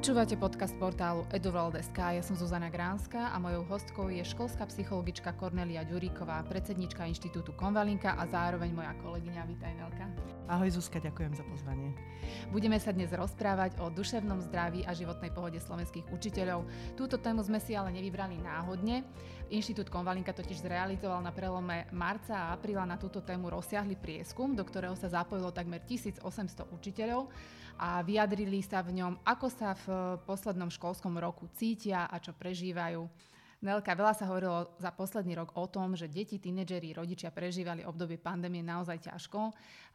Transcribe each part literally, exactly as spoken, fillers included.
Počúvate podcast portálu eduworld bodka es ká. Ja som Zuzana Gránska a mojou hostkou je školská psychologička Kornélia Ďuríková, predsedníčka Inštitútu Konvalinka a zároveň moja kolegyňa. Vítaj, Nelka. Ahoj Zuzka, ďakujem za pozvanie. Budeme sa dnes rozprávať o duševnom zdraví a životnej pohode slovenských učiteľov. Túto tému sme si ale nevybrali náhodne. Inštitút Konvalinka totiž zrealizoval na prelome marca a apríla na túto tému rozsiahly prieskum, do ktorého sa zapojilo takmer tisícosemsto učiteľov a vyjadrili sa v ňom, ako sa v poslednom školskom roku cítia a čo prežívajú. Nelka, veľa sa hovorilo za posledný rok o tom, že deti, tínedžeri, rodičia prežívali obdobie pandémie naozaj ťažko.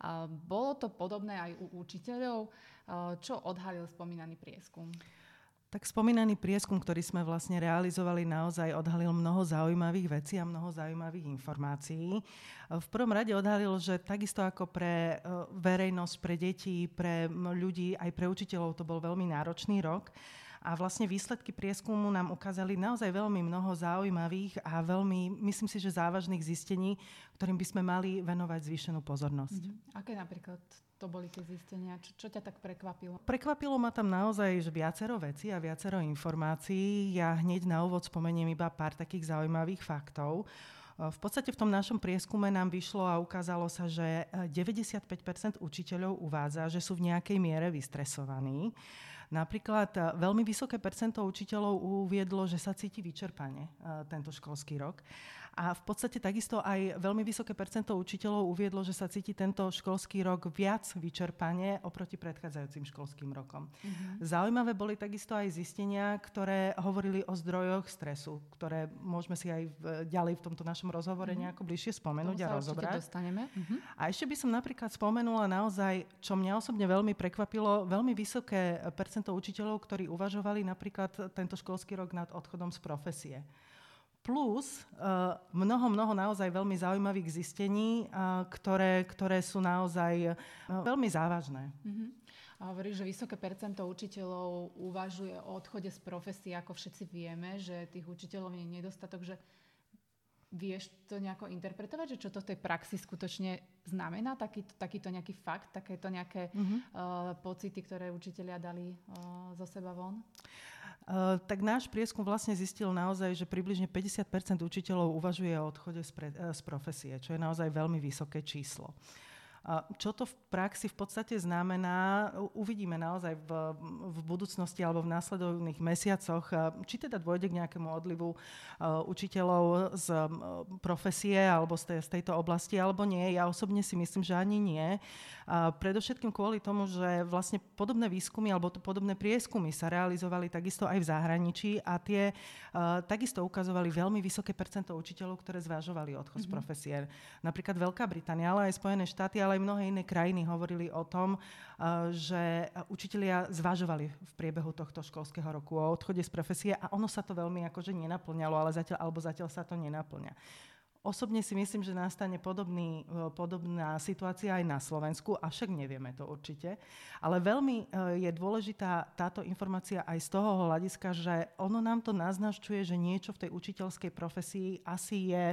Bolo to podobné aj u učiteľov? Čo odhalil spomínaný prieskum? Tak spomínaný prieskum, ktorý sme vlastne realizovali, naozaj odhalil mnoho zaujímavých vecí a mnoho zaujímavých informácií. V prvom rade odhalil, že takisto ako pre verejnosť, pre deti, pre ľudí, aj pre učiteľov to bol veľmi náročný rok. A vlastne výsledky prieskumu nám ukázali naozaj veľmi mnoho zaujímavých a veľmi, myslím si, že závažných zistení, ktorým by sme mali venovať zvýšenú pozornosť. Mm-hmm. Aké napríklad to boli tie zistenia? Čo, čo ťa tak prekvapilo? Prekvapilo ma tam naozaj že viacero vecí a viacero informácií. Ja hneď na úvod spomeniem iba pár takých zaujímavých faktov. V podstate v tom našom prieskume nám vyšlo a ukázalo sa, že deväťdesiatpäť percent učiteľov uvádza, že sú v nejakej miere vystresovaní. Napríklad veľmi vysoké percento učiteľov uviedlo, že sa cíti vyčerpane tento školský rok. A v podstate takisto aj veľmi vysoké percento učiteľov uviedlo, že sa cíti tento školský rok viac vyčerpane oproti predchádzajúcim školským rokom. Mhm. Zaujímavé boli takisto aj zistenia, ktoré hovorili o zdrojoch stresu, ktoré môžeme si aj v, ďalej v tomto našom rozhovore mhm. nejako bližšie spomenúť a rozobrať. Dostaneme. Mhm. A ešte by som napríklad spomenula naozaj, čo mňa osobne veľmi prekvapilo, veľmi vysoké percento učiteľov, ktorí uvažovali napríklad tento školský rok nad odchodom z profesie. Plus uh, mnoho, mnoho naozaj veľmi zaujímavých zistení, uh, ktoré, ktoré sú naozaj uh, veľmi závažné. Mm-hmm. A hovoríš, že vysoké percento učiteľov uvažuje o odchode z profesie, ako všetci vieme, že tých učiteľov je nedostatok, že vieš to nejako interpretovať, že čo to v tej praxi skutočne znamená, taký, takýto nejaký fakt, takéto nejaké mm-hmm. uh, pocity, ktoré učitelia dali uh, zo seba von? Uh, tak náš prieskum vlastne zistil naozaj, že približne päťdesiat percent učiteľov uvažuje o odchode z, pre, uh, z profesie, čo je naozaj veľmi vysoké číslo. Čo to v praxi v podstate znamená, uvidíme naozaj v, v budúcnosti alebo v následovných mesiacoch, či teda dôjde k nejakému odlivu učiteľov z profesie alebo z, tej, z tejto oblasti, alebo nie. Ja osobne si myslím, že ani nie. Predovšetkým kvôli tomu, že vlastne podobné výskumy alebo podobné prieskumy sa realizovali takisto aj v zahraničí a tie takisto ukazovali veľmi vysoké percento učiteľov, ktoré zvažovali odchod mm-hmm. z profesie. Napríklad Veľká Británia, ale aj Spojené štáty, ale aj mnohé iné krajiny hovorili o tom, že učitelia zvažovali v priebehu tohto školského roku o odchode z profesie a ono sa to veľmi akože nenaplňalo, ale zatiaľ, alebo zatiaľ sa to nenaplňa. Osobne si myslím, že nastane podobný, podobná situácia aj na Slovensku, avšak nevieme to určite. Ale veľmi je dôležitá táto informácia aj z toho hľadiska, že ono nám to naznačuje, že niečo v tej učiteľskej profesii asi je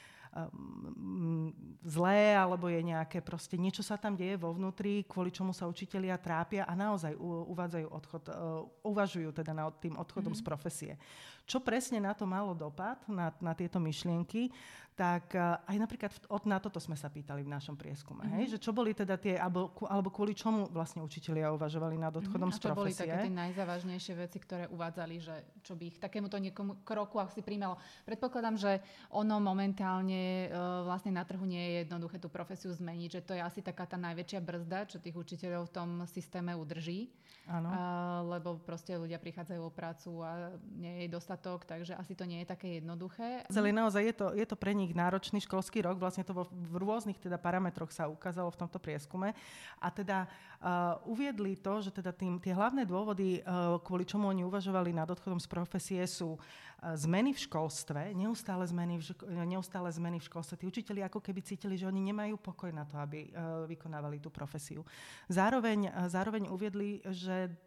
zlé, alebo je nejaké proste, niečo sa tam deje vo vnútri, kvôli čomu sa učitelia trápia a naozaj uvádzajú odchod, uvažujú teda nad tým odchodom mm-hmm. z profesie. Čo presne na to malo dopad, na, na tieto myšlienky, tak aj napríklad od, na toto sme sa pýtali v našom prieskume. Mm-hmm. Hej? Že čo boli teda tie, alebo, alebo kvôli čomu vlastne učitelia uvažovali nad odchodom mm-hmm. z profesie. A čo boli také tie najzávažnejšie veci, ktoré uvádzali, že čo by ich takémuto niekomu kroku asi príjmalo. Predpokladám, že ono momentálne vlastne na trhu nie je jednoduché tú profesiu zmeniť, že to je asi taká tá najväčšia brzda, čo tých učiteľov v tom systéme udrží. Áno. Lebo proste ľudia prichádzajú o prácu a nie je dostatok, takže asi to nie je také jednoduché. Celé naozaj je to, je to pre nich náročný školský rok, vlastne to vo, v rôznych teda parametroch sa ukázalo v tomto prieskume a teda uh, uviedli to, že teda tým, tie hlavné dôvody, uh, kvôli čomu oni uvažovali nad odchodom z profesie sú uh, zmeny v školstve, neustále zmeny v, neustále zmeny v školstve. Tí učitelia ako keby cítili, že oni nemajú pokoj na to, aby uh, vykonávali tú profesiu. Zároveň, uh, zároveň uviedli, že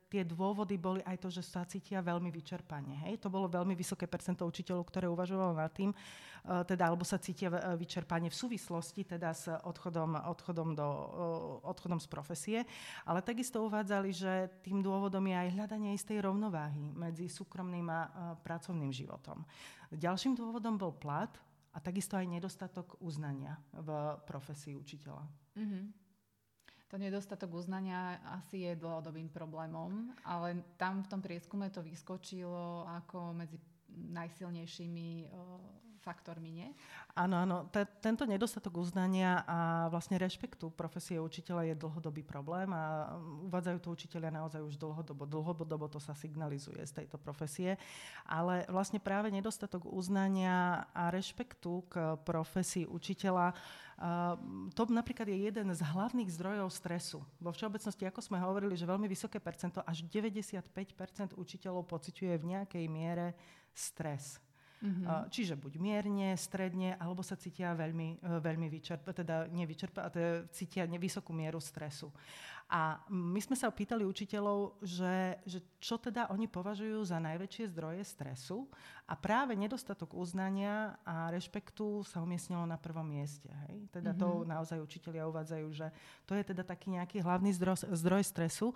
tie dôvody boli aj to, že sa cítia veľmi vyčerpane. Hej? To bolo veľmi vysoké percento učiteľov, ktoré uvažovalo nad tým, uh, teda, alebo sa cítia vyčerpane v súvislosti teda s odchodom, odchodom, do, uh, odchodom z profesie. Ale takisto uvádzali, že tým dôvodom je aj hľadanie istej rovnováhy medzi súkromným a uh, pracovným životom. Ďalším dôvodom bol plat a takisto aj nedostatok uznania v profesii učiteľa. Mm-hmm. To nedostatok uznania asi je dlhodobým problémom, ale tam v tom prieskume to vyskočilo ako medzi najsilnejšími faktormi, nie? Áno, áno. T- tento nedostatok uznania a vlastne rešpektu profesie učiteľa je dlhodobý problém a uvádzajú to učiteľia naozaj už dlhodobo. Dlhodobo to sa signalizuje z tejto profesie. Ale vlastne práve nedostatok uznania a rešpektu k profesii učiteľa, uh, to napríklad je jeden z hlavných zdrojov stresu. Vo všeobecnosti, ako sme hovorili, že veľmi vysoké percento, až deväťdesiatpäť percent učiteľov pociťuje v nejakej miere stres. Mm-hmm. Čiže buď mierne, stredne, alebo sa cítia veľmi, veľmi vyčerpa, teda nevyčerpa, teda cítia vysokú mieru stresu. A my sme sa opýtali učiteľov, že, že čo teda oni považujú za najväčšie zdroje stresu a práve nedostatok uznania a rešpektu sa umiestnilo na prvom mieste. Hej? Teda mm-hmm. to naozaj učitelia uvádzajú, že to je teda taký nejaký hlavný zdroj, zdroj stresu,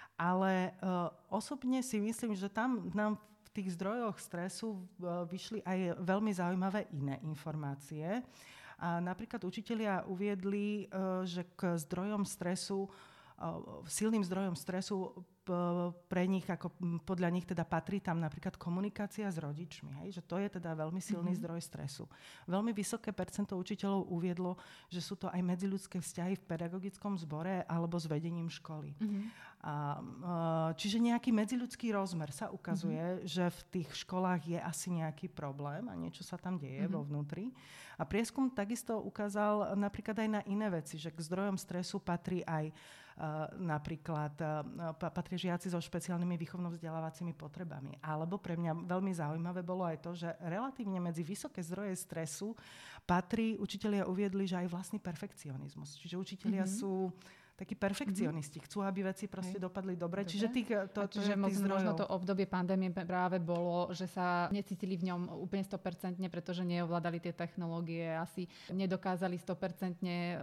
ale uh, osobne si myslím, že tam nám v tých zdrojoch stresu vyšli aj veľmi zaujímavé iné informácie. A napríklad učitelia uviedli, že k zdrojom stresu, silným zdrojom stresu pre nich, ako podľa nich teda patrí tam napríklad komunikácia s rodičmi. Hej? Že to je teda veľmi silný mm-hmm. zdroj stresu. Veľmi vysoké percento učiteľov uviedlo, že sú to aj medziľudské vzťahy v pedagogickom zbore alebo s vedením školy. Mm-hmm. A, čiže nejaký medziľudský rozmer sa ukazuje, mm-hmm. že v tých školách je asi nejaký problém a niečo sa tam deje mm-hmm. vo vnútri. A prieskum takisto ukázal napríklad aj na iné veci, že k zdrojom stresu patrí aj Uh, napríklad uh, patria žiaci so špeciálnymi výchovno-vzdelávacími potrebami. Alebo pre mňa veľmi zaujímavé bolo aj to, že relatívne medzi vysoké zdroje stresu patrí, učitelia uviedli, že aj vlastný perfekcionizmus. Čiže učitelia mm-hmm. sú takí perfekcionisti. Mm-hmm. Chcú, aby veci proste Hej. dopadli dobre. dobre. Čiže, tých, to, to, čiže tých možno to obdobie pandémie práve bolo, že sa necítili v ňom úplne sto percent, pretože neovládali tie technológie. Asi nedokázali sto percent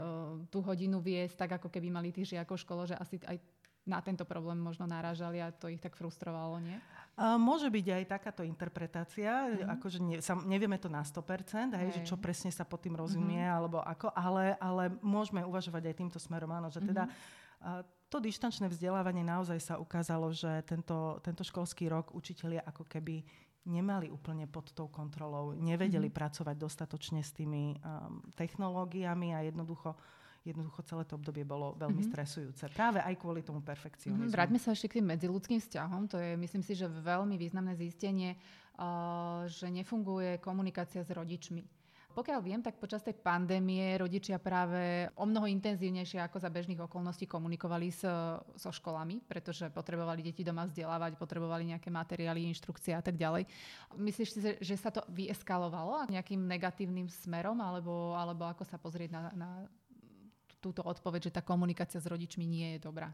tú hodinu viesť tak, ako keby mali tých žiakov v škole, že asi aj na tento problém možno narážali a to ich tak frustrovalo, nie? Uh, môže byť aj takáto interpretácia, mm. akože ne, sa, nevieme to na sto percent, hej, že čo presne sa pod tým rozumie, mm. alebo ako, ale, ale môžeme uvažovať aj týmto smerom, áno, že teda uh, to dištančné vzdelávanie naozaj sa ukázalo, že tento, tento školský rok učitelia ako keby nemali úplne pod tou kontrolou, nevedeli mm. pracovať dostatočne s tými um, technológiami a jednoducho Jednoducho celé to obdobie bolo veľmi mm-hmm. stresujúce. Práve aj kvôli tomu perfekcionizmu. Mm-hmm. Vráťme sa ešte k tým medziľudským vzťahom. To je, myslím si, že veľmi významné zistenie, uh, že nefunguje komunikácia s rodičmi. Pokiaľ viem, tak počas tej pandémie rodičia práve o mnoho intenzívnejšie ako za bežných okolností komunikovali s, so školami, pretože potrebovali deti doma vzdelávať, potrebovali nejaké materiály, inštrukcie a tak ďalej. Myslíš si, že sa to vyeskalovalo nejakým negatívnym smerom, alebo, alebo ako sa pozrieť na... na túto odpoveď, že tá komunikácia s rodičmi nie je dobrá?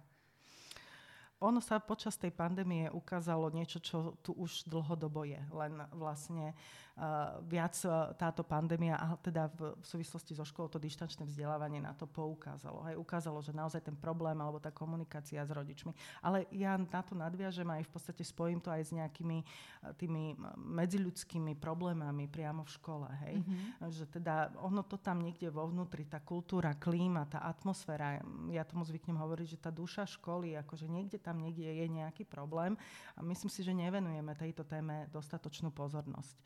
Ono sa počas tej pandémie ukázalo niečo, čo tu už dlhodobo je. Len vlastne uh, viac uh, táto pandémia, a teda v, v súvislosti so školou to dištančné vzdelávanie na to poukázalo. Hej, ukázalo, že naozaj ten problém alebo tá komunikácia s rodičmi. Ale ja na to nadviažem aj v podstate spojím to aj s nejakými uh, tými medziľudskými problémami priamo v škole. Hej? Mm-hmm. Že teda ono to tam niekde vo vnútri, tá kultúra, klíma, tá atmosféra, ja tomu zvyknem hovoriť, že tá duša školy, akože niekde tam niekde je nejaký problém a myslím si, že nevenujeme tejto téme dostatočnú pozornosť.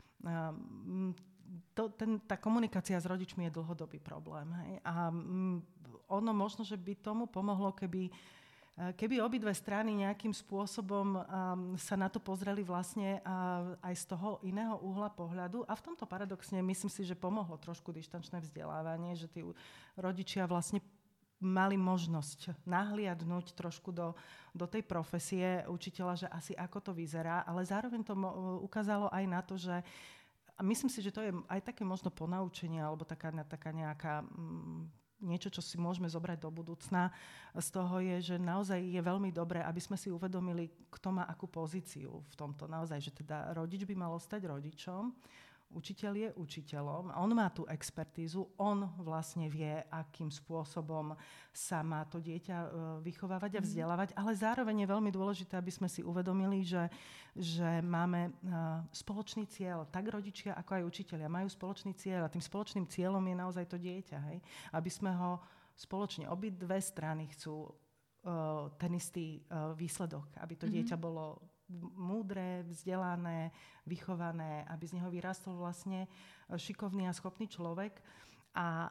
Um, to, ten, tá komunikácia s rodičmi je dlhodobý problém. Hej? A um, ono možno, že by tomu pomohlo, keby, keby obidve strany nejakým spôsobom um, sa na to pozreli vlastne uh, aj z toho iného uhla pohľadu. A v tomto paradoxne myslím si, že pomohlo trošku dištančné vzdelávanie, že tí rodičia vlastne mali možnosť nahliadnúť trošku do, do tej profesie učiteľa, že asi ako to vyzerá, ale zároveň to mo- ukázalo aj na to, že a myslím si, že to je aj také možno ponaučenie alebo taká, taká nejaká mm, niečo, čo si môžeme zobrať do budúcna z toho je, že naozaj je veľmi dobré, aby sme si uvedomili, kto má akú pozíciu v tomto. Naozaj, že teda rodič by mal ostať rodičom, učiteľ je učiteľom, on má tú expertízu, on vlastne vie, akým spôsobom sa má to dieťa vychovávať a vzdelávať, ale zároveň je veľmi dôležité, aby sme si uvedomili, že, že máme spoločný cieľ. Tak rodičia, ako aj učitelia majú spoločný cieľ a tým spoločným cieľom je naozaj to dieťa. Hej? Aby sme ho spoločne, obidve strany chcú uh, ten istý uh, výsledok, aby to mm-hmm. dieťa bolo múdre, vzdelané, vychované, aby z neho vyrastol vlastne šikovný a schopný človek. A e,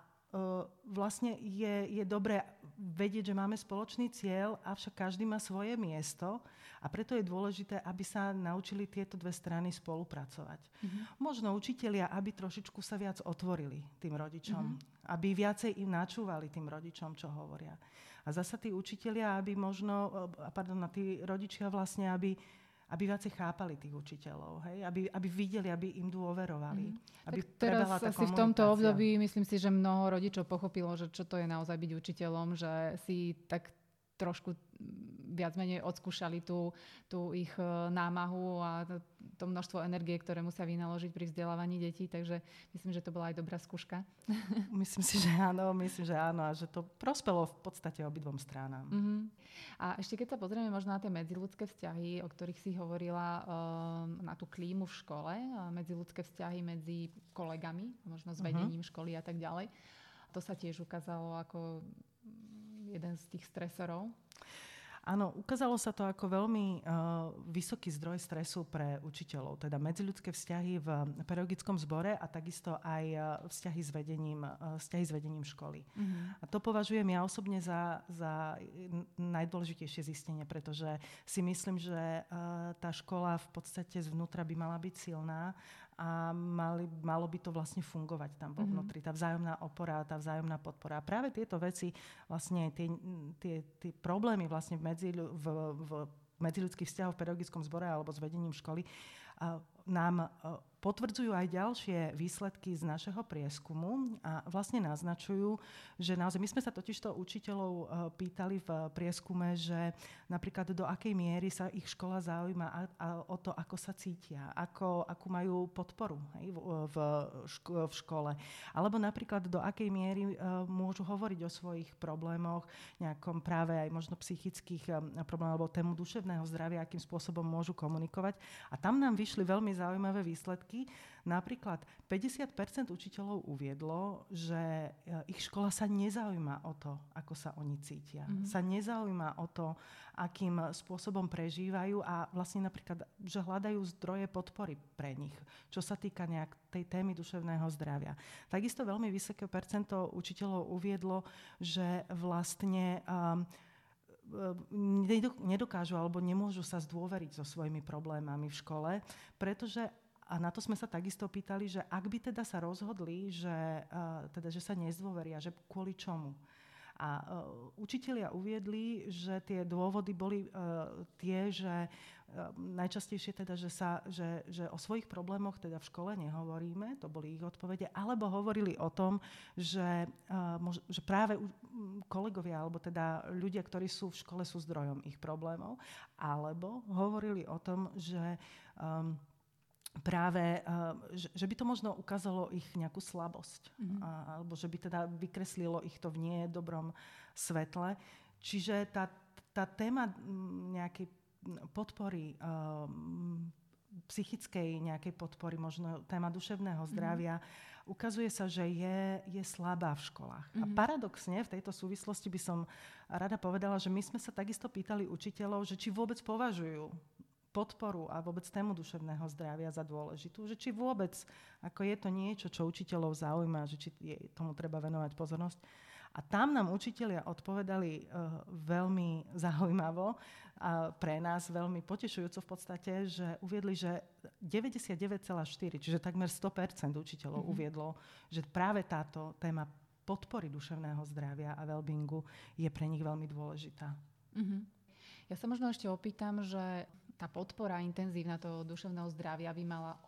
vlastne je, je dobré vedieť, že máme spoločný cieľ, avšak každý má svoje miesto a preto je dôležité, aby sa naučili tieto dve strany spolupracovať. Mm-hmm. Možno učitelia, aby trošičku sa viac otvorili tým rodičom, mm-hmm. aby viacej im načúvali tým rodičom, čo hovoria. A zasa tí učitelia, aby možno, pardon, tí rodičia vlastne, aby aby viacej chápali tých učiteľov, hej? Aby, aby videli, aby im dôverovali. Mm. Aby tak teraz asi v tomto období myslím si, že mnoho rodičov pochopilo, že čo to je naozaj byť učiteľom, že si tak trošku viac menej odskúšali tú, tú ich námahu a to množstvo energie, ktoré musia vynaložiť pri vzdelávaní detí, takže myslím, že to bola aj dobrá skúška. Myslím si, že áno, myslím, že áno a že to prospelo v podstate obidvom stranám. Uh-huh. A ešte keď sa pozrieme možno na tie medziľudské vzťahy, o ktorých si hovorila, na tú klímu v škole, medziľudské vzťahy medzi kolegami, možno s vedením uh-huh. školy a tak ďalej, to sa tiež ukázalo ako jeden z tých stresorov. Áno, ukázalo sa to ako veľmi uh, vysoký zdroj stresu pre učiteľov, teda medziľudské vzťahy v pedagogickom zbore a takisto aj uh, vzťahy s vedením, uh, vzťahy s vedením školy. Mm-hmm. A to považujem ja osobne za, za najdôležitejšie zistenie, pretože si myslím, že uh, tá škola v podstate zvnútra by mala byť silná a mali, malo by to vlastne fungovať tam vo vnútri. Tá vzájomná opora, tá vzájomná podpora. A práve tieto veci, vlastne tie, tie, tie problémy vlastne v, medzi, v, v medziľudských vzťahoch v pedagogickom zbore alebo s vedením školy a nám potvrdzujú aj ďalšie výsledky z našeho prieskumu a vlastne naznačujú, že naozaj my sme sa totižto učiteľov pýtali v prieskume, že napríklad do akej miery sa ich škola zaujíma a, a o to, ako sa cítia, ako, akú majú podporu hej, v, v, ško- v škole. Alebo napríklad do akej miery uh, môžu hovoriť o svojich problémoch, nejakom práve aj možno psychických um, problémov alebo tému duševného zdravia, akým spôsobom môžu komunikovať. A tam nám vyšli veľmi zaujímavé výsledky. Napríklad päťdesiat percent učiteľov uviedlo, že ich škola sa nezaujíma o to, ako sa oni cítia. Mm-hmm. Sa nezaujíma o to, akým spôsobom prežívajú a vlastne napríklad, že hľadajú zdroje podpory pre nich, čo sa týka nejak tej témy duševného zdravia. Takisto veľmi vysoké percento učiteľov uviedlo, že vlastne um, nedokážu alebo nemôžu sa zdôveriť so svojimi problémami v škole, pretože a na to sme sa takisto pýtali, že ak by teda sa rozhodli, že, uh, teda, že sa nezdôveria, že kvôli čomu. A uh, učitelia uviedli, že tie dôvody boli uh, tie, že uh, najčastejšie teda, že, sa, že, že o svojich problémoch teda v škole nehovoríme, to boli ich odpovede, alebo hovorili o tom, že, uh, mož, že práve kolegovia, alebo teda ľudia, ktorí sú v škole, sú zdrojom ich problémov, alebo hovorili o tom, že um, práve, že, že by to možno ukázalo ich nejakú slabosť. Mm-hmm. A, alebo že by teda vykreslilo ich to v nie dobrom svetle. Čiže tá, tá téma nejakej podpory, um, psychickej nejakej podpory, možno téma duševného zdravia, mm-hmm. ukazuje sa, že je, je slabá v školách. Mm-hmm. A paradoxne v tejto súvislosti by som rada povedala, že my sme sa takisto pýtali učiteľov, že či vôbec považujú podporu a vôbec tému duševného zdravia za dôležitú, že či vôbec ako je to niečo, čo učiteľov zaujíma, že či je, tomu treba venovať pozornosť. A tam nám učitelia odpovedali uh, veľmi zaujímavo a pre nás veľmi potešujúco v podstate, že uviedli, že deväťdesiatdeväť celá štyri, čiže takmer sto percent učiteľov mm-hmm. uviedlo, že práve táto téma podpory duševného zdravia a wellbeingu je pre nich veľmi dôležitá. Mm-hmm. Ja sa možno ešte opýtam, že tá podpora intenzívna toho duševného zdravia by mala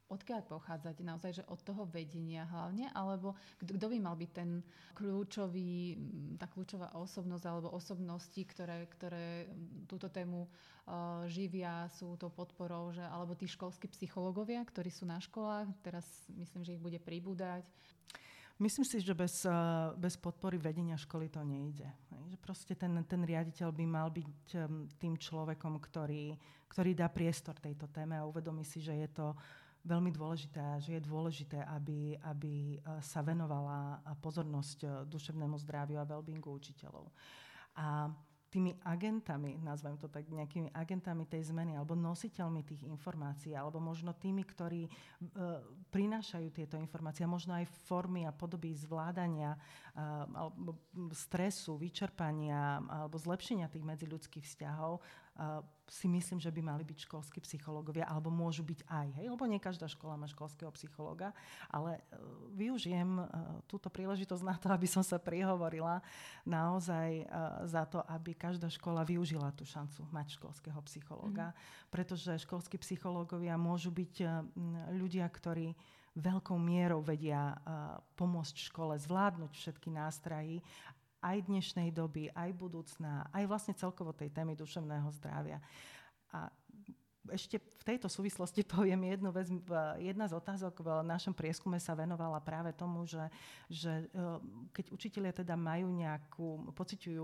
odkiaľ pochádzate? Naozaj, že od toho vedenia hlavne? Alebo kto by mal byť ten kľúčový, tá kľúčová osobnosť alebo osobnosti, ktoré, ktoré túto tému uh, živia, sú tou podporou, že, alebo tí školskí psychológovia, ktorí sú na školách, teraz myslím, že ich bude pribúdať. Myslím si, že bez, bez podpory vedenia školy to nejde. Že proste ten, ten riaditeľ by mal byť tým človekom, ktorý, ktorý dá priestor tejto téme a uvedomí si, že je to veľmi dôležité a že je dôležité, aby, aby sa venovala pozornosť duševnému zdraviu a wellbeingu učiteľov. A tými agentami, nazvem to tak, nejakými agentami tej zmeny alebo nositeľmi tých informácií alebo možno tými, ktorí e, prinášajú tieto informácie a možno aj formy a podoby zvládania e, alebo stresu, vyčerpania alebo zlepšenia tých medziľudských vzťahov e, si myslím, že by mali byť školskí psychológovia alebo môžu byť aj, hej, lebo nie každá škola má školského psychológa, ale e, využijem e, túto príležitosť na to, aby som sa prihovorila naozaj e, za to, aby každá škola využila tú šancu mať školského psychológa, mm. pretože školskí psychológovia môžu byť ľudia, ktorí veľkou mierou vedia pomôcť škole zvládnuť všetky nástrahy aj dnešnej doby, aj budúcna, aj vlastne celkovo tej témy duševného zdravia. A ešte v tejto súvislosti poviem jednu vec. Jedna z otázok v našom prieskume sa venovala práve tomu, že, že keď učitelia teda majú nejakú, pociťujú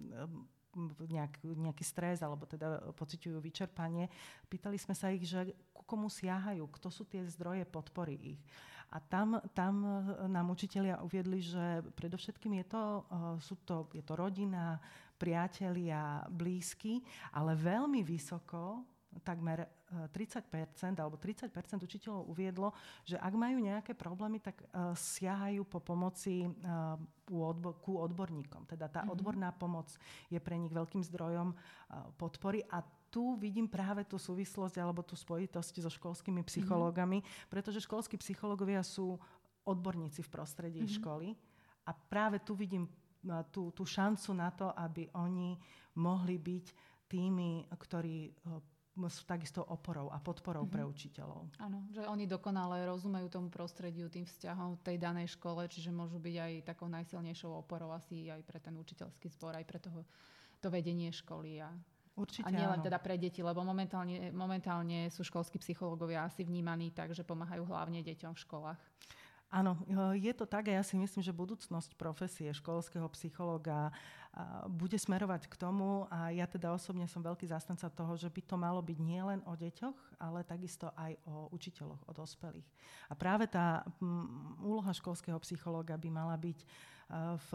nejak, nejaký stres alebo teda pociťujú vyčerpanie, pýtali sme sa ich, že ku komu siahajú, kto sú tie zdroje podpory ich. A tam, tam nám učitelia uviedli, že predovšetkým je to, sú to, je to rodina, priatelia, blízky, ale veľmi vysoko, takmer tridsať percent alebo tridsať percent učiteľov uviedlo, že ak majú nejaké problémy, tak uh, siahajú po pomoci uh, u odbo- ku odborníkom. Teda tá mm-hmm. odborná pomoc je pre nich veľkým zdrojom uh, podpory a tu vidím práve tú súvislosť alebo tú spojitosť so školskými psychológami, mm-hmm. pretože školskí psychológovia sú odborníci v prostredí mm-hmm. školy a práve tu vidím uh, tú, tú šancu na to, aby oni mohli byť tými, ktorí uh, sú takisto oporou a podporou mm-hmm. pre učiteľov. Áno, že oni dokonale rozumejú tomu prostrediu, tým vzťahom tej danej škole, čiže môžu byť aj takou najsilnejšou oporou asi aj pre ten učiteľský zbor, aj pre toho, to vedenie školy. A, Určite a nielen áno. teda pre deti, lebo momentálne, momentálne sú školskí psychológovia asi vnímaní tak, že pomáhajú hlavne deťom v školách. Áno, je to tak a ja si myslím, že budúcnosť profesie školského psychológa bude smerovať k tomu a ja teda osobne som veľký zástanca toho, že by to malo byť nielen o deťoch, ale takisto aj o učiteľoch, o dospelých. A práve tá m, úloha školského psychológa by mala byť v,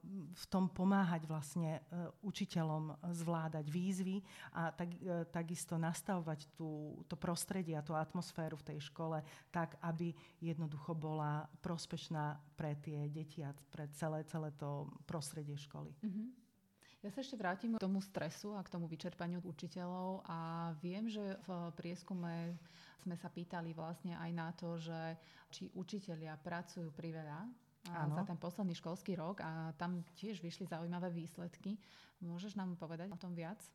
v tom pomáhať vlastne učiteľom zvládať výzvy a tak, takisto nastavovať tú, to prostredie a tú atmosféru v tej škole tak, aby jednoducho bola prospešná pre tie deti a pre celé, celé to prostredie školy. Mm-hmm. Ja sa ešte vrátim k tomu stresu a k tomu vyčerpaniu učiteľov a viem, že v prieskume sme sa pýtali vlastne aj na to, že či učitelia pracujú priveľa za ten posledný školský rok a tam tiež vyšli zaujímavé výsledky. Môžeš nám povedať o tom viac?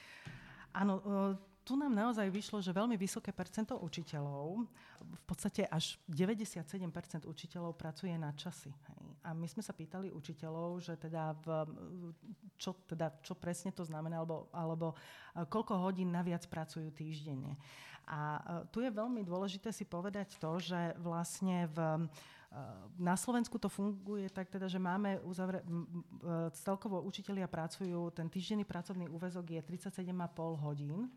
Áno, tu nám naozaj vyšlo, že veľmi vysoké percento učiteľov, v podstate až deväťdesiatsedem percent učiteľov pracuje na časy. Hej. A my sme sa pýtali učiteľov, že teda v, čo, teda, čo presne to znamená, alebo, alebo koľko hodín naviac pracujú týždenne. A tu je veľmi dôležité si povedať to, že vlastne v na Slovensku to funguje tak, teda, že máme uzavre... celkovo učitelia pracujú, ten týždenný pracovný úväzok je tridsaťsedem a pol hodín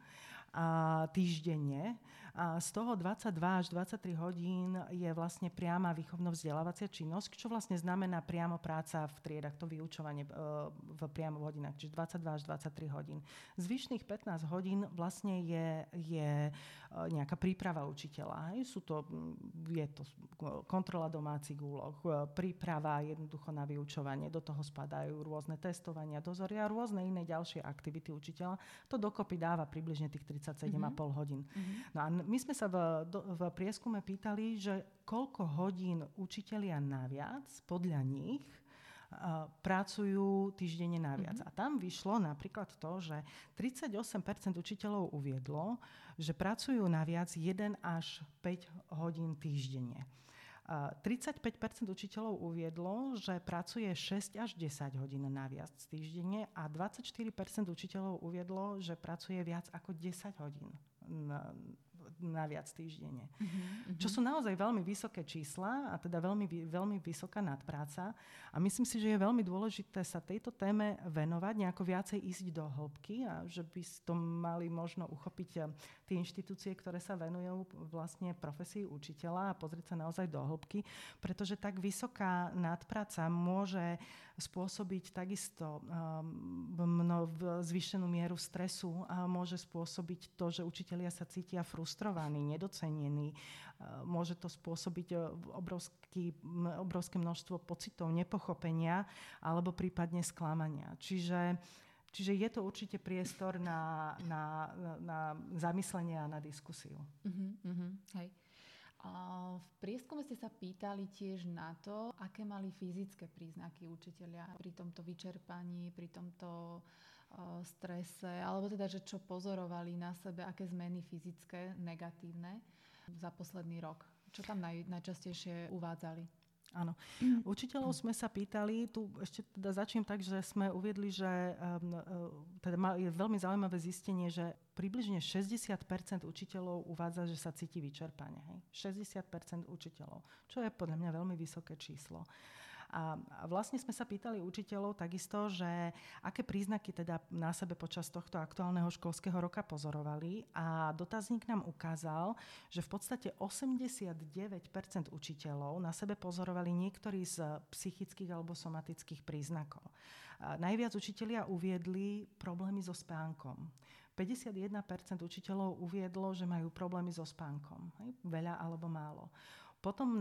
a týždenne. A z toho dvadsaťdva až dvadsaťtri hodín je vlastne priama výchovno-vzdelávacia činnosť, čo vlastne znamená priamo práca v triedach, to vyučovanie v priamo v hodinách, čiže dvadsaťdva až dvadsaťtri hodín. Zvyšných pätnásť hodín vlastne je, je nejaká príprava učiteľa. Sú to, je to kontrola domácich úloh, príprava jednoducho na vyučovanie, do toho spadajú rôzne testovania, dozory a rôzne iné ďalšie aktivity učiteľa. To dokopy dáva približne tých tridsaťsedem a pol hodín. Mm-hmm. No a my sme sa v, do, v prieskume pýtali, že koľko hodín učitelia naviac podľa nich pracujú týždenne naviac. Mm-hmm. A tam vyšlo napríklad to, že tridsaťosem percent učiteľov uviedlo, že pracujú naviac jeden až päť hodín týždenne. tridsaťpäť percent učiteľov uviedlo, že pracuje šesť až desať hodín naviac týždenne a dvadsaťštyri percent učiteľov uviedlo, že pracuje viac ako desať hodín na, naviac týždenne. Uh-huh. Čo sú naozaj veľmi vysoké čísla a teda veľmi, veľmi vysoká nadpráca. A myslím si, že je veľmi dôležité sa tejto téme venovať, nejako viacej ísť do hĺbky a že by to mali možno uchopiť tie inštitúcie, ktoré sa venujú vlastne profesii učiteľa a pozrieť sa naozaj do hĺbky, pretože tak vysoká nadpráca môže spôsobiť takisto um, zvýšenú mieru stresu a môže spôsobiť to, že učitelia sa cítia frustrovaní, nedocenení. Uh, môže to spôsobiť obrovský, obrovské množstvo pocitov nepochopenia alebo prípadne sklamania. Čiže Čiže je to určite priestor na, na, na zamyslenie a na diskusiu. Uh-huh, uh-huh, hej. A v prieskume ste sa pýtali tiež na to, aké mali fyzické príznaky učitelia pri tomto vyčerpaní, pri tomto uh, strese, alebo teda, že čo pozorovali na sebe, aké zmeny fyzické, negatívne za posledný rok. Čo tam naj, najčastejšie uvádzali? Áno. Učiteľov sme sa pýtali, tu ešte teda začnem tak, že sme uviedli, že um, teda je veľmi zaujímavé zistenie, že približne šesťdesiat percent učiteľov uvádza, že sa cíti vyčerpane. Hej? šesťdesiat percent učiteľov, čo je podľa mňa veľmi vysoké číslo. A vlastne sme sa pýtali učiteľov takisto, že aké príznaky teda na sebe počas tohto aktuálneho školského roka pozorovali a dotazník nám ukázal, že v podstate osemdesiatdeväť percent učiteľov na sebe pozorovali niektorý z psychických alebo somatických príznakov. A najviac učitelia uviedli problémy so spánkom. päťdesiatjeden percent učiteľov uviedlo, že majú problémy so spánkom. Hej? Veľa alebo málo. Potom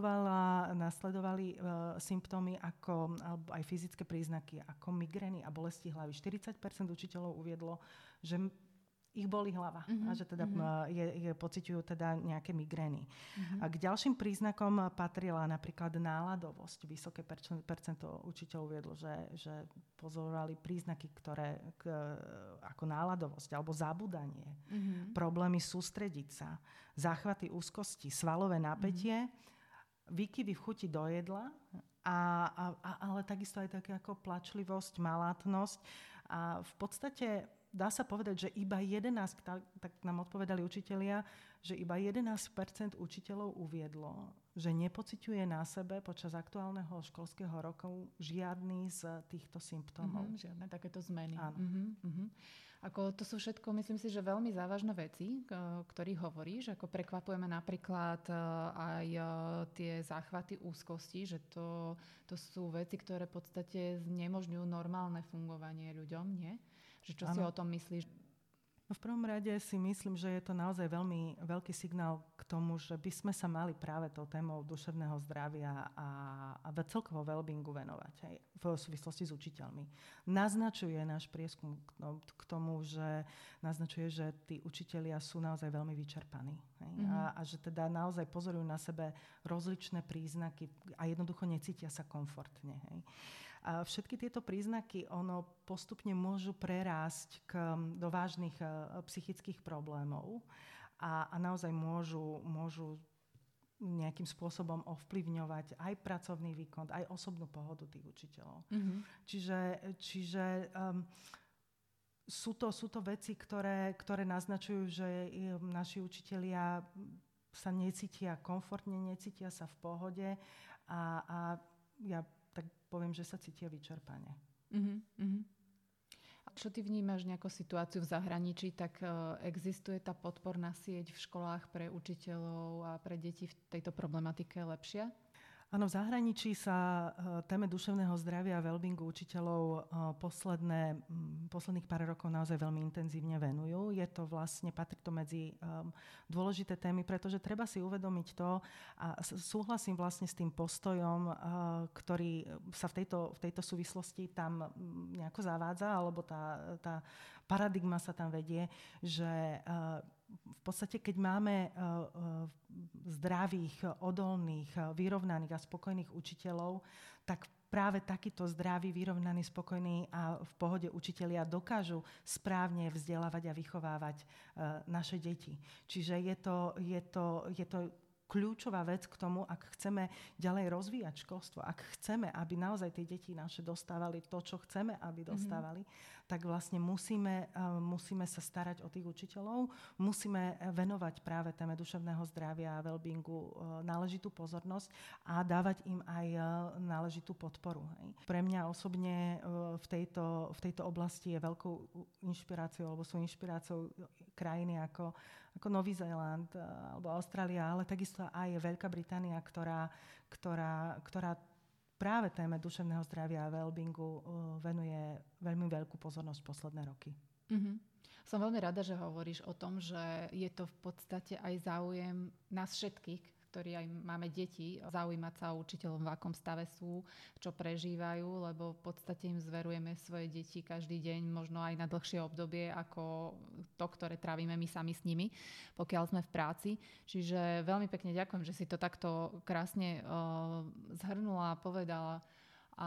nasledovali e, symptómy ako, alebo aj fyzické príznaky ako migrény a bolesti hlavy. štyridsať percent učiteľov uviedlo, že ich bolí hlava uh-huh, a že teda uh-huh. je, je, pociťujú teda nejaké migrény. Uh-huh. A k ďalším príznakom patrila napríklad náladovosť. Vysoké percento učiteľov uviedlo, že, že pozorovali príznaky, ktoré k, ako náladovosť alebo zabúdanie, uh-huh. problémy sústrediť sa, záchvaty úzkosti, svalové napätie, uh-huh. výkyvy v chuti do jedla, a, a, a, ale takisto aj také ako plačlivosť, malátnosť. A v podstate dá sa povedať, že iba jedenásť, tak, tak nám odpovedali učitelia, že iba jedenásť percent učiteľov uviedlo, že nepociťuje na sebe počas aktuálneho školského roku žiadny z týchto symptómov. Mm-hmm, žiadne takéto zmeny. Áno. Mm-hmm, mm-hmm. Ako to sú všetko, myslím si, že veľmi závažné veci, ktorých hovoríš. Ako prekvapujeme napríklad aj tie záchvaty úzkosti, že to, to sú veci, ktoré v podstate znemožňujú normálne fungovanie ľuďom, nie? Že čo ano. Si o tom myslíš? No v prvom rade si myslím, že je to naozaj veľmi veľký signál k tomu, že by sme sa mali práve tou témou duševného zdravia a, a celkovo wellbeingu venovať aj v súvislosti s učiteľmi. Naznačuje náš prieskum k tomu, že naznačuje, že tí učitelia sú naozaj veľmi vyčerpaní. Mm-hmm. A, a že teda naozaj pozorujú na sebe rozličné príznaky a jednoducho necítia sa komfortne. Hej. A všetky tieto príznaky ono postupne môžu prerásť k, do vážnych uh, psychických problémov a, a naozaj môžu, môžu nejakým spôsobom ovplyvňovať aj pracovný výkon, aj osobnú pohodu tých učiteľov. Mm-hmm. Čiže, čiže um, sú, to, sú to veci, ktoré, ktoré naznačujú, že naši učitelia sa necítia komfortne, necítia sa v pohode a, a ja tak poviem, že sa cítia vyčerpane. Uh-huh, uh-huh. A čo ty vnímaš nejakú situáciu v zahraničí, tak uh, existuje tá podporná sieť v školách pre učiteľov a pre deti v tejto problematike lepšia? Áno, v zahraničí sa téme duševného zdravia a wellbeingu učiteľov posledné, posledných pár rokov naozaj veľmi intenzívne venujú. Je to vlastne, patrí to medzi um, dôležité témy, pretože treba si uvedomiť to a súhlasím vlastne s tým postojom, uh, ktorý sa v tejto, v tejto súvislosti tam nejako zavádza, alebo tá, tá paradigma sa tam vedie, že uh, v podstate, keď máme uh, uh, zdravých, odolných, vyrovnaných a spokojných učiteľov, tak práve takýto zdraví, vyrovnaní, spokojní a v pohode učitelia dokážu správne vzdelávať a vychovávať naše deti. Čiže je to, je to, je to kľúčová vec k tomu, ak chceme ďalej rozvíjať školstvo, ak chceme, aby naozaj tie deti naše dostávali to, čo chceme, aby dostávali, mm-hmm. tak vlastne musíme, uh, musíme sa starať o tých učiteľov, musíme venovať práve téme duševného zdravia a wellbeingu uh, náležitú pozornosť a dávať im aj uh, náležitú podporu. Hej. Pre mňa osobne uh, v, tejto, v tejto oblasti je veľkou inšpiráciou, alebo sú inšpiráciou krajiny ako, ako Nový Zéland uh, alebo Austrália, ale takisto aj Veľká Británia, ktorá, ktorá, ktorá práve téme duševného zdravia a wellbeingu venuje veľmi veľkú pozornosť posledné roky. Mm-hmm. Som veľmi rada, že hovoríš o tom, že je to v podstate aj záujem nás všetkých, ktorí aj máme deti, zaujímať sa o učiteľom, v akom stave sú, čo prežívajú, lebo v podstate im zverujeme svoje deti každý deň, možno aj na dlhšie obdobie, ako to, ktoré trávime my sami s nimi, pokiaľ sme v práci. Čiže veľmi pekne ďakujem, že si to takto krásne uh, zhrnula a povedala. A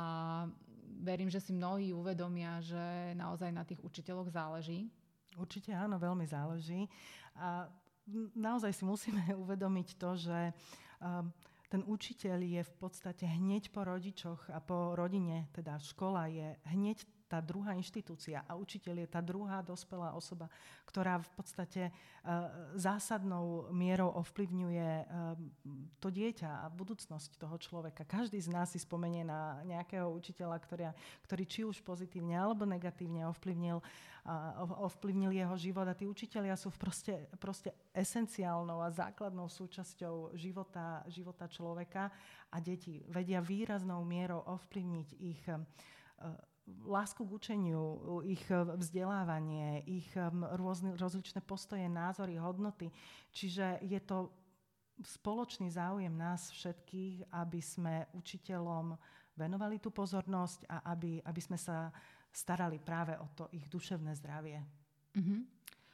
verím, že si mnohí uvedomia, že naozaj na tých učiteľoch záleží. Určite áno, veľmi záleží. A naozaj si musíme uvedomiť to, že um, ten učiteľ je v podstate hneď po rodičoch a po rodine, teda škola je hneď tá druhá inštitúcia a učiteľ je tá druhá dospelá osoba, ktorá v podstate uh, zásadnou mierou ovplyvňuje uh, to dieťa a budúcnosť toho človeka. Každý z nás si spomenie na nejakého učiteľa, ktorý, ktorý či už pozitívne alebo negatívne ovplyvnil, uh, ovplyvnil jeho život. A tí učitelia sú proste, proste esenciálnou a základnou súčasťou života, života človeka a deti vedia výraznou mierou ovplyvniť ich uh, lásku k učeniu, ich vzdelávanie, ich rôzne, rozličné postoje, názory, hodnoty. Čiže je to spoločný záujem nás všetkých, aby sme učiteľom venovali tú pozornosť a aby, aby sme sa starali práve o to ich duševné zdravie. Mm-hmm.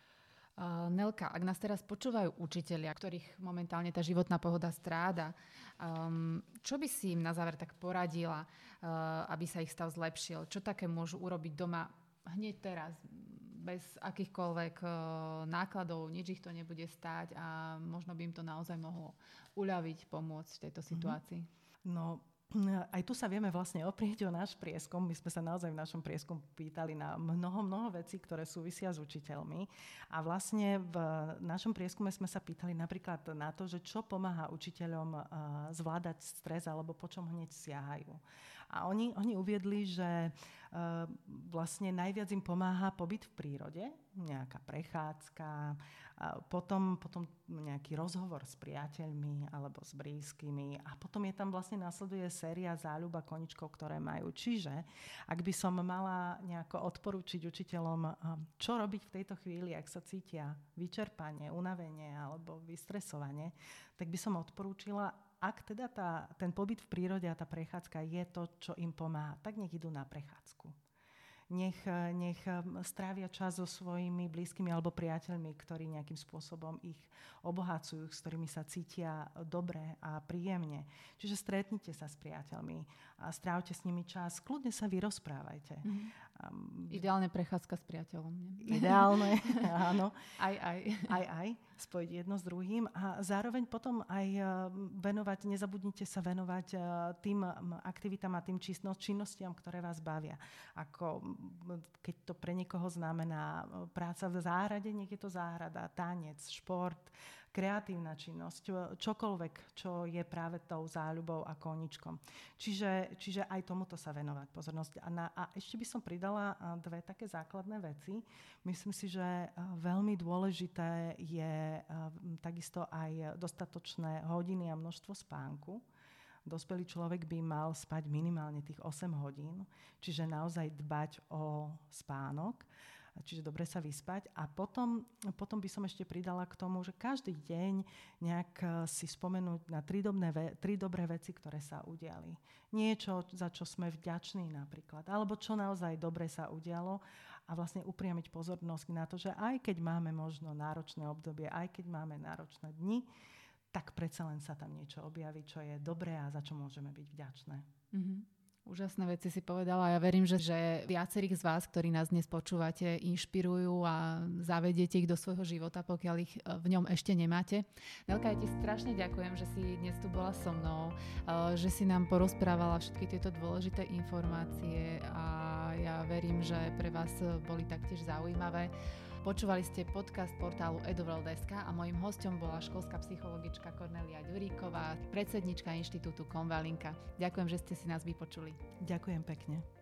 Uh, Nelka, ak nás teraz počúvajú učitelia, ktorých momentálne tá životná pohoda stráda, um, čo by si im na záver tak poradila, uh, aby sa ich stav zlepšil? Čo také môžu urobiť doma hneď teraz, bez akýchkoľvek uh, nákladov, nič ich to nebude stáť a možno by im to naozaj mohlo uľaviť, pomôcť v tejto situácii? No, aj tu sa vieme vlastne oprieť o náš prieskum. My sme sa naozaj v našom prieskumu pýtali na mnoho, mnoho vecí, ktoré súvisia s učiteľmi. A vlastne v našom prieskume sme sa pýtali napríklad na to, že čo pomáha učiteľom zvládať stres alebo po čom hneď siahajú. A oni, oni uviedli, že vlastne najviac im pomáha pobyt v prírode, nejaká prechádzka, potom, potom nejaký rozhovor s priateľmi alebo s blízkymi a potom je tam vlastne následuje séria záľuba koničkov, ktoré majú. Čiže ak by som mala nejako odporúčiť učiteľom, čo robiť v tejto chvíli, ak sa cítia vyčerpanie, unavenie alebo vystresovanie, tak by som odporúčila, ak teda tá, ten pobyt v prírode a tá prechádzka je to, čo im pomáha, tak nech idú na prechádzku. Nech, nech strávia čas so svojimi blízkymi alebo priateľmi, ktorí nejakým spôsobom ich obohacujú, s ktorými sa cítia dobre a príjemne. Čiže stretnite sa s priateľmi a strávte s nimi čas. Kľudne sa vyrozprávajte. Mm-hmm. Um, Ideálne prechádzka s priateľom. Nie? Ideálne, áno. Aj, aj. Aj, aj. Spojiť jedno s druhým a zároveň potom aj venovať, nezabudnite sa venovať tým aktivitám a tým činnostiam, ktoré vás bavia. Ako keď to pre niekoho znamená práca v záhrade, nech je to záhrada, tanec, šport, kreatívna činnosť, čokoľvek, čo je práve tou záľubou a koničkom. Čiže, čiže aj tomuto sa venovať pozornosť. A, na, a ešte by som pridala dve také základné veci. Myslím si, že veľmi dôležité je takisto aj dostatočné hodiny a množstvo spánku. Dospelý človek by mal spať minimálne tých osem hodín, čiže naozaj dbať o spánok, čiže dobre sa vyspať. A potom, potom by som ešte pridala k tomu, že každý deň nejak si spomenúť na tri, dobné, tri dobré veci, ktoré sa udiali. Niečo, za čo sme vďační napríklad, alebo čo naozaj dobre sa udialo a vlastne upriamiť pozornosť na to, že aj keď máme možno náročné obdobie, aj keď máme náročné dni, tak predsa len sa tam niečo objaví, čo je dobré a za čo môžeme byť vďačné. Mm-hmm. Úžasné veci si povedala. Ja verím, že, že viacerých z vás, ktorí nás dnes počúvate, inšpirujú a zavediete ich do svojho života, pokiaľ ich v ňom ešte nemáte. Nelka, ja ti strašne ďakujem, že si dnes tu bola so mnou, že si nám porozprávala všetky tieto dôležité informácie a ja verím, že pre vás boli taktiež zaujímavé. Počúvali ste podcast portálu eduworld bodka es ká a mojím hosťom bola školská psychologička Kornélia Ďuríková, predsednička Inštitútu Konvalinka. Ďakujem, že ste si nás vypočuli. Ďakujem pekne.